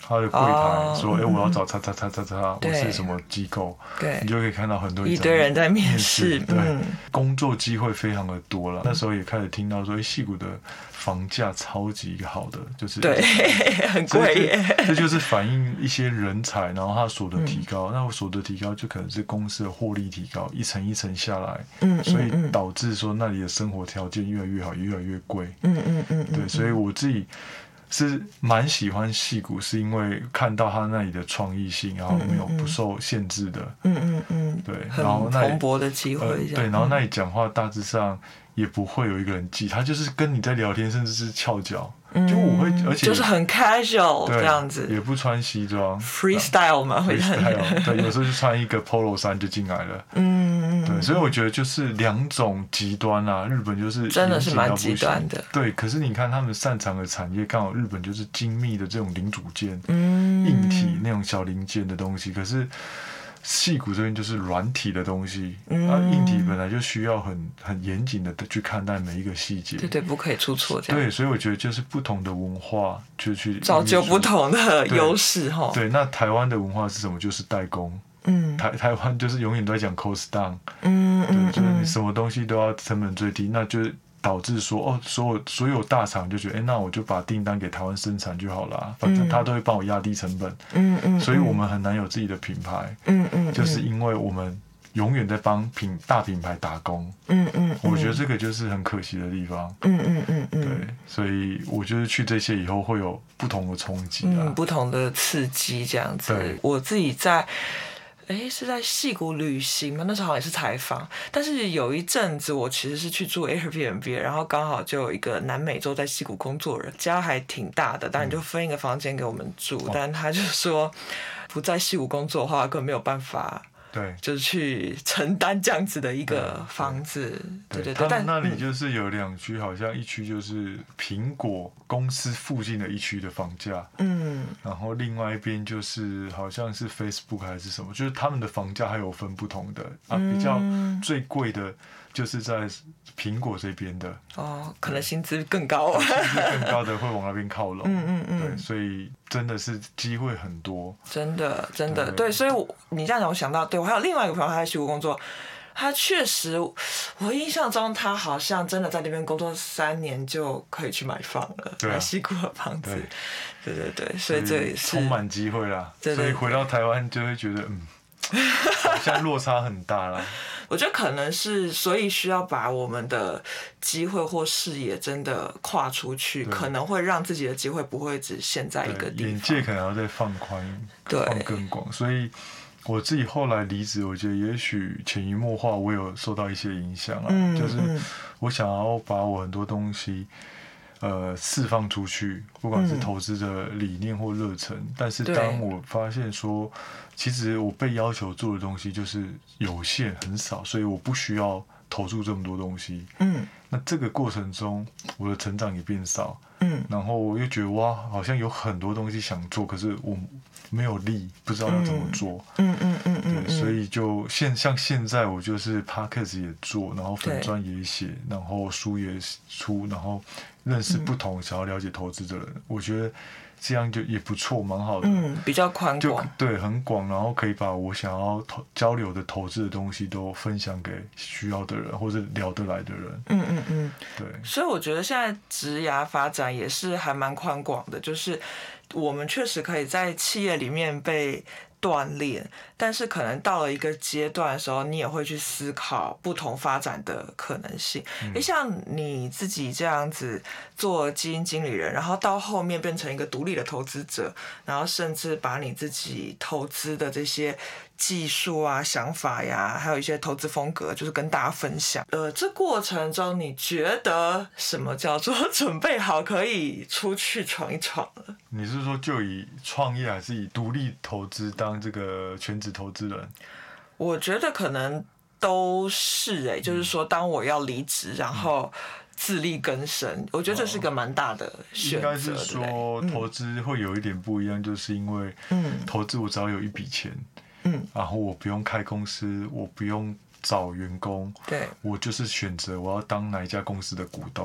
他的柜台说，我要找叉叉叉叉叉，我是什么机构， 对， 你就可以看到很多一堆人在面试， 对，工作机会非常的多了。那时候也开始听到说，矽谷的房价超级好的，就是对，很贵耶。 这就是反映一些人才，然后他所得提高，那所得提高就可能是公司的获利提高，一层一层下来，所以导致说那里的生活条件越来越好，也越来越贵，对，所以我自己是蛮喜欢矽谷，是因为看到他那里的创意性，然后没有不受限制的，对，然后那里蓬勃的机会， 对，然后那里讲话大致上也不会有一个人记，他就是跟你在聊天，甚至是翘脚，就我会，而且就是很 casual 这样子， 也不穿西装 ，freestyle 嘛，会对，有时候就穿一个 polo 衫就进来了，对，所以我觉得就是两种极端啊，日本就是真的是蛮极端的， 对，可是你看他们擅长的产业，刚好日本就是精密的这种零组件，硬体那种小零件的东西，可是矽谷这边就是软体的东西，硬体本来就需要很严谨的去看待每一个细节， 对，不可以出错这样。 对，所以我觉得就是不同的文化就去造就不同的优势哈。 对，那台湾的文化是什么？就是代工。台湾就是永远都在讲 cost down，对，就是你什么东西都要成本最低，那就是导致说所有大厂就觉得，那我就把订单给台湾生产就好了，反正他都会帮我压低成本，所以我们很难有自己的品牌，就是因为我们永远在帮大品牌打工，我觉得这个就是很可惜的地方，对，所以我就是去这些以后会有不同的冲击不同的刺激这样子。我自己是在矽谷旅行吗？那时候好像也是采访，但是有一阵子我其实是去住 Airbnb， 然后刚好就有一个南美洲在矽谷工作人，家还挺大的，当然就分一个房间给我们住，但他就说不在矽谷工作的话，根本没有办法。对，就是去承担这样子的一个房子，对。 他们那里就是有2区，好像一区就是苹果公司附近的一区的房价，然后另外一边就是好像是 Facebook 还是什么，就是他们的房价还有分不同的比较最贵的就是在苹果这边的可能薪资更高， 薪资更高的会往那边靠拢，对，所以真的是机会很多， 真的，对，所以你这样讲，我想到，对我还有另外一个朋友，他在矽谷工作，他确实，我印象中他好像真的在那边工作3年就可以去买房了，买矽谷的房子，对，所以这也是充满机会啦，所以回到台湾就会觉得好像落差很大啦。 我觉得可能是，所以需要把我们的机会或视野真的跨出去，可能会让自己的机会不会只限在一个地方， 眼界可能要再放宽，放更广。所以我自己后来离职，我觉得也许潜移默化，我有受到一些影响啊，就是我想要把我很多东西释放出去，不管是投资的理念或热忱，但是当我发现说，其实我被要求做的东西就是有限很少，所以我不需要投入这么多东西。那这个过程中，我的成长也变少。然后我又觉得哇，好像有很多东西想做，可是我没有力，不知道要怎么做。对，所以就像现在我就是 podcast 也做，然后粉专也写，然后书也出，然后认识不同想要了解投资的人，我觉得这样就也不错，蛮好的。 比较宽广， 对，很广，然后可以把我想要交流的投资的东西都分享给需要的人或者聊得来的人。对。 所以我觉得现在职涯发展也是还蛮宽广的，就是我们确实可以在企业里面被锻炼，但是可能到了一个阶段的时候，你也会去思考不同发展的可能性。像你自己这样子做基金经理人，然后到后面变成一个独立的投资者，然后甚至把你自己投资的这些技术啊、想法呀，还有一些投资风格，就是跟大家分享。这过程中你觉得什么叫做准备好可以出去闯一闯了？ 你是说就以创业还是以独立投资当这个全职投资人？ 我觉得可能都是就是说当我要离职，然后自力更生，我觉得这是个蛮大的选择。 应该是说投资会有一点不一样，就是因为投资我只要有一笔钱，然后我不用开公司，我不用找员工， 对， 我就是选择我要当哪一家公司的股东。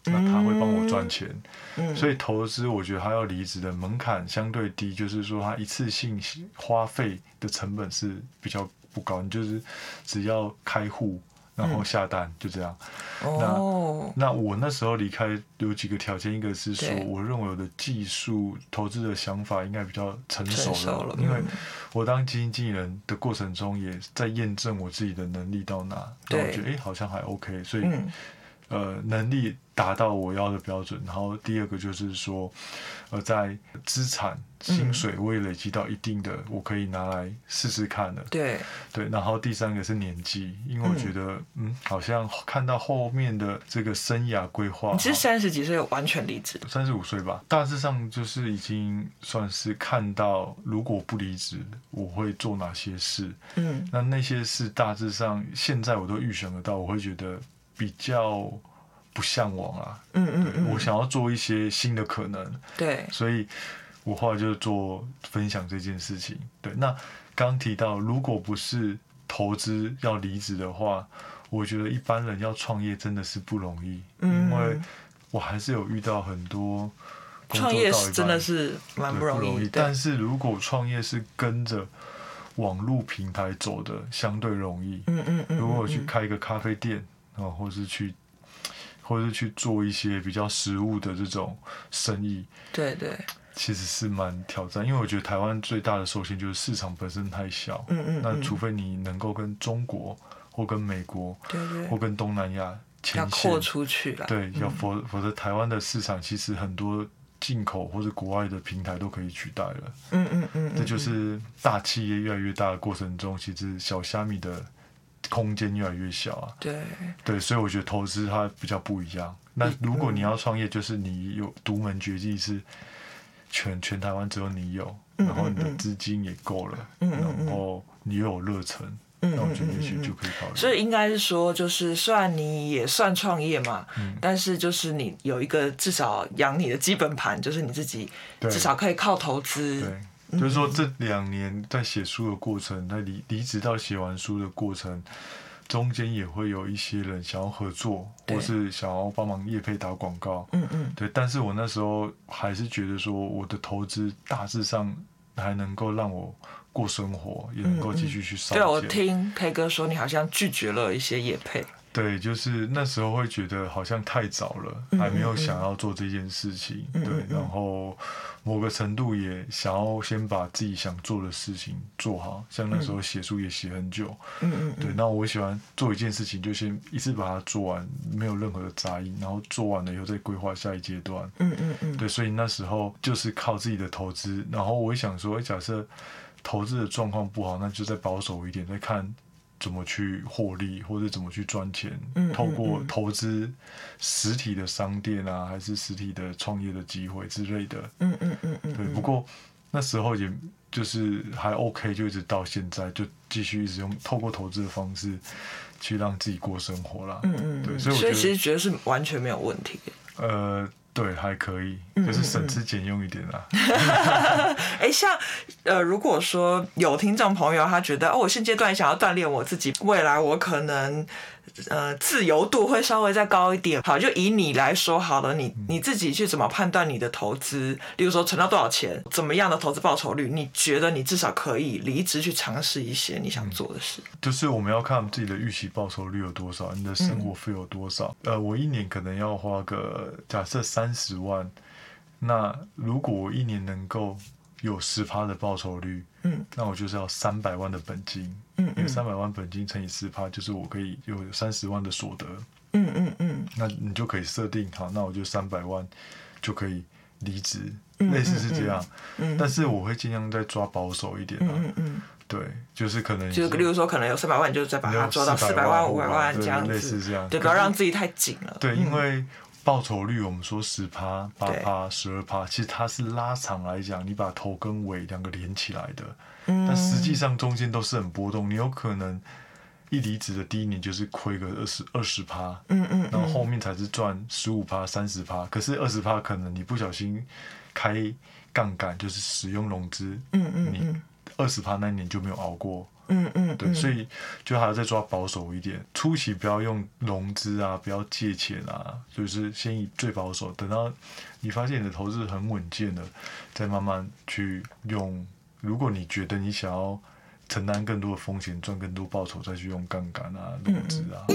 那他会帮我赚钱。所以投资我觉得它要离职的门槛相对低，就是说它一次性花费的成本是比较不高，你就是只要开户然后下单就这样。那我那时候离开有几个条件，一个是说我认为我的技术投资的想法应该比较成熟了，因为我当基金经理人的过程中也在验证我自己的能力到哪，那我觉得好像还 OK， 所以能力达到我要的标准。然后第二个就是说在资产薪水我也累积到一定的，我可以拿来试试看了。对，然后第三个是年纪，因为我觉得好像看到后面的这个生涯规划。 你是30几岁完全离职 ？35岁吧，大致上就是已经算是看到如果不离职我会做哪些事。那些事大致上现在我都预想得到，我会觉得比较不向往啊。我想要做一些新的可能。对，所以我后来就做分享这件事情。对，那刚提到如果不是投资要离职的话，我觉得一般人要创业真的是不容易。因为我还是有遇到很多创业真的是蛮不容易， 但是如果创业是跟着网络平台走的相对容易。如果我去开一个咖啡店或是去做一些比较实务的这种生意，对，其实是蛮挑战。因为我觉得台湾最大的受限就是市场本身太小。那除非你能够跟中国或跟美国或跟东南亚牵线， 要扩出去啦。 对，否则台湾的市场其实很多进口或者国外的平台都可以取代了。这就是大企业越来越大的过程中，其实小虾米的空间越来越小啊。对，所以我觉得投资它比较不一样。那如果你要创业，就是你有独门绝技，是全台湾只有你有，然后你的资金也够了，然后你又有热忱，那我觉得也许就可以考虑。 所以应该是说，就是虽然你也算创业嘛，但是就是你有一个至少养你的基本盘，就是你自己至少可以靠投资。 对，就是说这2年在写书的过程，在离职到写完书的过程，中间也会有一些人想要合作，或是想要帮忙业配打广告。对，但是我那时候还是觉得说，我的投资大致上还能够让我过生活，也能够继续去烧钱。 对，我听 K 哥说，你好像拒绝了一些业配。 对，就是那时候会觉得好像太早了，还没有想要做这件事情。对，然后某个程度也想要先把自己想做的事情做好，像那时候写书也写很久。对，那我喜欢做一件事情，就先一次把它做完，没有任何的杂音，然后做完了以后再规划下一阶段。对，所以那时候就是靠自己的投资，然后我也想说，假设投资的状况不好，那就再保守一点，再看怎么去获利，或者怎么去赚钱。透过投资实体的商店啊，还是实体的创业的机会之类的。对，不过那时候也就是还 OK， 就一直到现在就继续一直用透过投资的方式去让自己过生活啦。对，所以我觉得其实觉得是完全没有问题。 对，还可以，就是省吃俭用一点啦。 像如果说有听众朋友他觉得我现阶段想要锻炼我自己，未来我可能自由度会稍微再高一点。好，就以你来说好了，你自己去怎么判断你的投资？例如说存到多少钱，怎么样的投资报酬率？你觉得你至少可以离职去尝试一些你想做的事？ 就是我们要看自己的预期报酬率有多少，你的生活费有多少。我1年可能要花个假设30万，那如果我1年能够有10%的报酬率，那我就是要300万的本金。因为300万本金乘以10%，就是我可以有30万的所得。那你就可以设定好，那我就300万就可以离职，类似是这样。但是我会尽量再抓保守一点啊。对，就是可能就例如说可能有300万，你就再把它抓到400万、500万这样子， 类似这样。 对，不要让自己太紧了。 对，因为报酬率我们说10%、8%、12%，其实它是拉长来讲，你把头跟尾2个连起来的。但实际上中间都是很波动，你有可能一离职的第1年就是亏个20%，然后后面才是赚15%、30%。可是20%可能你不小心开杠杆，就是使用融资，你20%那一年就没有熬过， 对，所以就还要再抓保守一点，初期不要用融资啊，不要借钱啊，就是先以最保守，等到你发现你的投资很稳健了，再慢慢去用。如果你觉得你想要承担更多的风险，赚更多报酬，再去用杠杆啊、融资啊。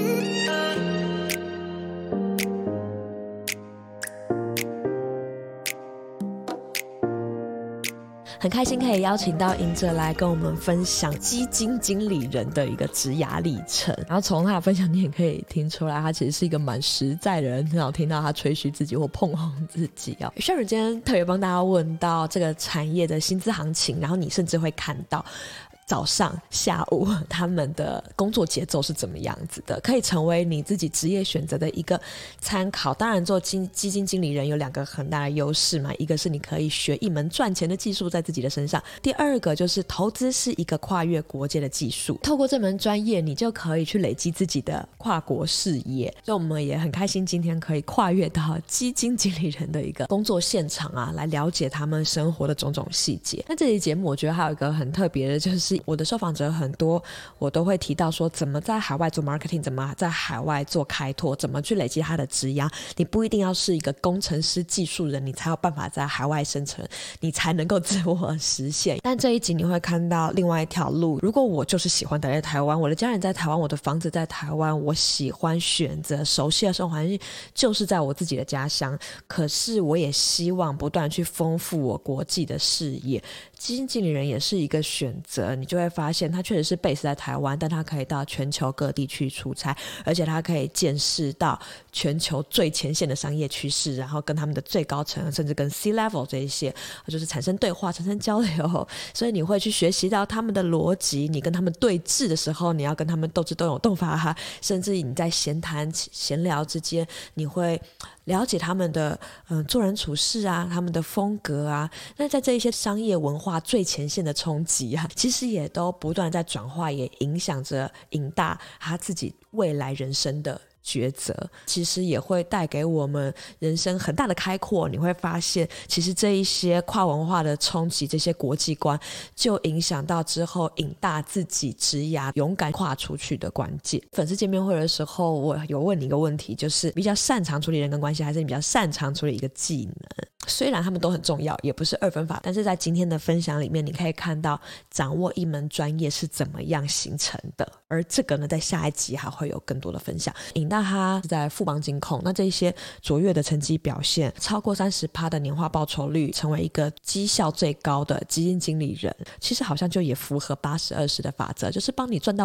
很开心可以邀请到赢者来跟我们分享基金经理人的一个职涯历程，然后从他的分享你也可以听出来他其实是一个蛮实在的人，很少听到他吹嘘自己或捧红自己哦。Sharon今天特别帮大家问到这个产业的薪资行情，然后你甚至会看到早上下午他们的工作节奏是怎么样子的，可以成为你自己职业选择的一个参考。当然做基金经理人有2个很大的优势嘛，一个是你可以学一门赚钱的技术在自己的身上，第2个就是投资是一个跨越国界的技术，透过这门专业你就可以去累积自己的跨国视野。所以我们也很开心今天可以跨越到基金经理人的一个工作现场啊，来了解他们生活的种种细节。那这期节目我觉得还有一个很特别的，就是我的受访者很多我都会提到说怎么在海外做 marketing， 怎么在海外做开拓，怎么去累积他的职涯。你不一定要是一个工程师技术人你才有办法在海外生存，你才能够自我实现。但这一集你会看到另外一条路，如果我就是喜欢待在台湾，我的家人在台湾，我的房子在台湾，我喜欢选择熟悉的生活环境就是在我自己的家乡，可是我也希望不断去丰富我国际的视野。基金经理人也是一个选择，你就会发现他确实是 base 在台湾，但他可以到全球各地去出差，而且他可以见识到全球最前线的商业趋势，然后跟他们的最高层甚至跟 C-level 这一些就是产生对话，产生交流，所以你会去学习到他们的逻辑，你跟他们对峙的时候你要跟他们斗智斗勇斗法，甚至你在闲谈闲聊之间你会了解他们的做人处事啊，他们的风格啊。那在这一些商业文化最前线的冲击啊，其实也都不断在转化，也影响着尹大他自己未来人生的抉择，其实也会带给我们人生很大的开阔。你会发现其实这一些跨文化的冲击，这些国际观就影响到之后尹大自己职涯勇敢跨出去的关键。粉丝见面会的时候我有问你一个问题，就是比较擅长处理人跟关系，还是你比较擅长处理一个技能？虽然他们都很重要，也不是2分法，但是在今天的分享里面你可以看到掌握一门专业是怎么样形成的，而这个呢在下一集还会有更多的分享。尹大他是在富邦金控，那这一些卓越的成绩表现，超过 30% 的年化报酬率，成为一个绩效最高的基金经理人，其实好像就也符合80-20的法则，就是帮你赚到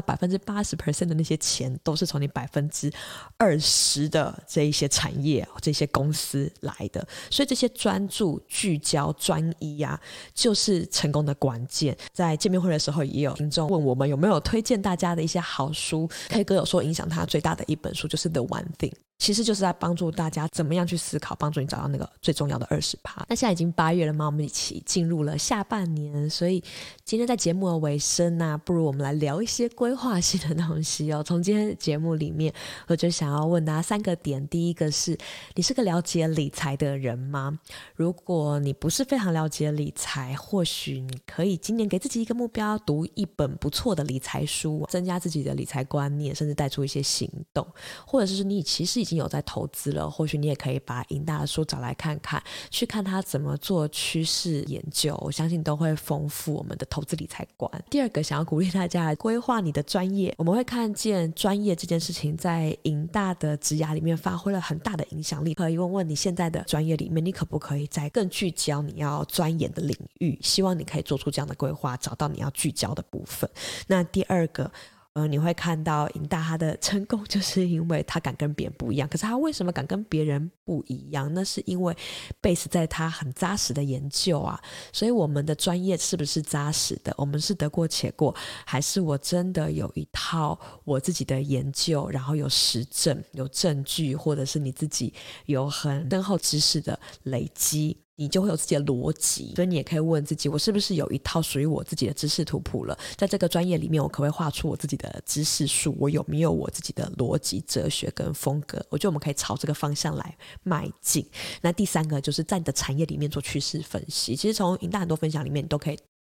80% 的那些钱都是从你 20% 的这一些产业这些公司来的。所以这些专注聚焦专一啊，就是成功的关键。在见面会的时候也有听众问我们有没有推荐大家的一些好书，K 哥有说影响他最大的一本书就是 The One Thing， 其实就是在帮助大家怎么样去思考，帮助你找到那个最重要的 20%。 那现在已经8月了嘛，我们一起进入了下半年，所以今天在节目的尾声啊，不如我们来聊一些规划性的东西哦。从今天的节目里面我就想要问大家3个点。第一个是，你是个了解理财的人吗？如果你不是非常了解理财，或许你可以今年给自己一个目标，读一本不错的理财书，增加自己的理财观念，甚至带出一些行动。或者是你其实已经有在投资了，或许你也可以把尹大的书找来看看，去看他怎么做趋势研究，我相信都会丰富我们的投资理财观。第2个想要鼓励大家规划你的专业，我们会看见专业这件事情在尹大的职涯里面发挥了很大的影响力。可以问问你现在的专业里面，你可不可以再更聚焦你要钻研的领域，希望你可以做出这样的规划，找到你要聚焦的部分。那第2个你会看到尹大他的成功就是因为他敢跟别人不一样。可是他为什么敢跟别人不一样？那是因为 base 在他很扎实的研究啊。所以我们的专业是不是扎实的？我们是得过且过，还是我真的有一套我自己的研究，然后有实证有证据，或者是你自己有很深厚知识的累积，你就会有自己的逻辑。所以你也可以问自己，我是不是有一套属于我自己的知识图谱了？在这个专业里面，我可不可以画出我自己的知识树？我有没有我自己的逻辑哲学跟风格？我觉得我们可以朝这个方向来迈进。那第3个就是在你的产业里面做趋势分析。其实从尹大很多分享里面，你都可以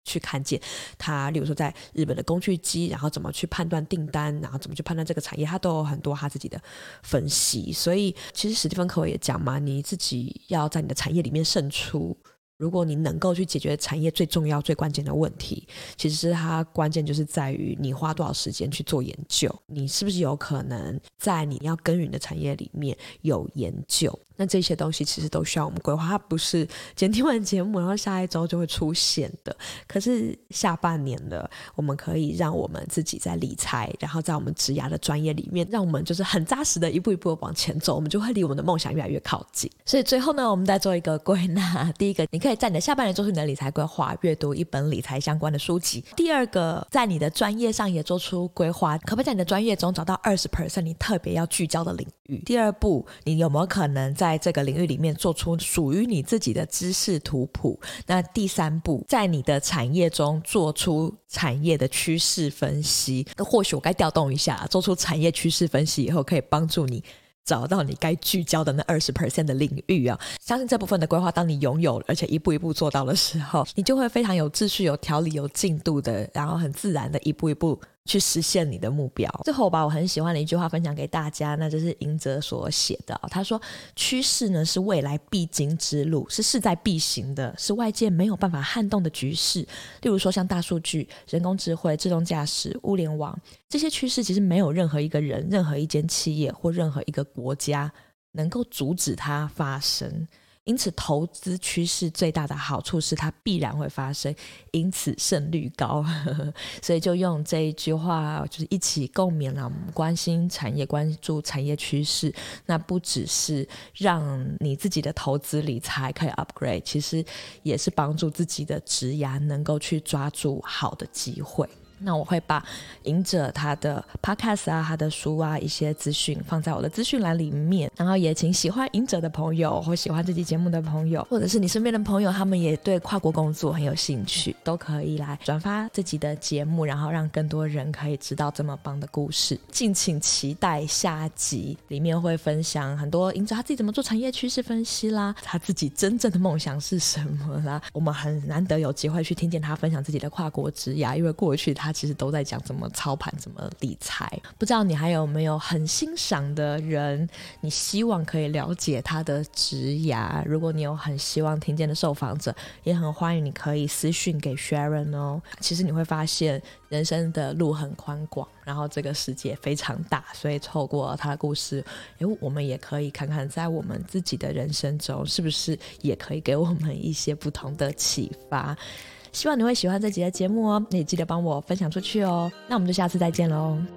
去看见他，例如说在日本的工具机，然后怎么去判断订单，然后怎么去判断这个产业，他都有很多他自己的分析。所以其实史蒂芬·科维也讲嘛，你自己要在你的产业里面胜出，如果你能够去解决产业最重要最关键的问题，其实它关键就是在于你花多少时间去做研究，你是不是有可能在你要耕耘的产业里面有研究。那这些东西其实都需要我们规划，它不是今天听完节目然后下一周就会出现的。可是下半年了，我们可以让我们自己在理财，然后在我们职涯的专业里面，让我们就是很扎实的一步一步往前走，我们就会离我们的梦想越来越靠近。所以最后呢，我们再做一个归纳。第一个，你可以在你的下半年做出你的理财规划，阅读一本理财相关的书籍。第二个，在你的专业上也做出规划，可不可以在你的专业中找到 20% 你特别要聚焦的领域。第二步，你有没有可能在这个领域里面做出属于你自己的知识图谱。那第三步，在你的产业中做出产业的趋势分析。或许我该调动一下，做出产业趋势分析以后，可以帮助你找到你该聚焦的那 20% 的领域啊。相信这部分的规划当你拥有而且一步一步做到的时候，你就会非常有秩序有条理有进度的，然后很自然的一步一步去实现你的目标。最后把我很喜欢的一句话分享给大家，那就是赢者所写的，他说趋势呢是未来必经之路，是势在必行的，是外界没有办法撼动的局势。例如说像大数据、人工智慧、自动驾驶、物联网，这些趋势其实没有任何一个人、任何一间企业或任何一个国家能够阻止它发生。因此投资趋势最大的好处是它必然会发生，因此胜率高所以就用这一句话就是一起共勉了，我们关心产业，关注产业趋势，那不只是让你自己的投资理财可以 upgrade， 其实也是帮助自己的职涯能够去抓住好的机会。那我会把赢者他的 podcast 啊，他的书啊，一些资讯放在我的资讯栏里面，然后也请喜欢赢者的朋友或喜欢这期节目的朋友，或者是你身边的朋友，他们也对跨国工作很有兴趣，都可以来转发自己的节目，然后让更多人可以知道这么棒的故事。敬请期待下集，里面会分享很多赢者他自己怎么做产业趋势分析啦，他自己真正的梦想是什么啦。我们很难得有机会去听见他分享自己的跨国职涯，因为过去他其实都在讲怎么操盘怎么理财。不知道你还有没有很欣赏的人，你希望可以了解他的职涯，如果你有很希望听见的受访者，也很欢迎你可以私讯给 Sharon 哦。其实你会发现人生的路很宽广，然后这个世界非常大，所以透过他的故事，我们也可以看看在我们自己的人生中是不是也可以给我们一些不同的启发。希望你会喜欢这集的节目哦，也记得帮我分享出去哦。那我们就下次再见喽。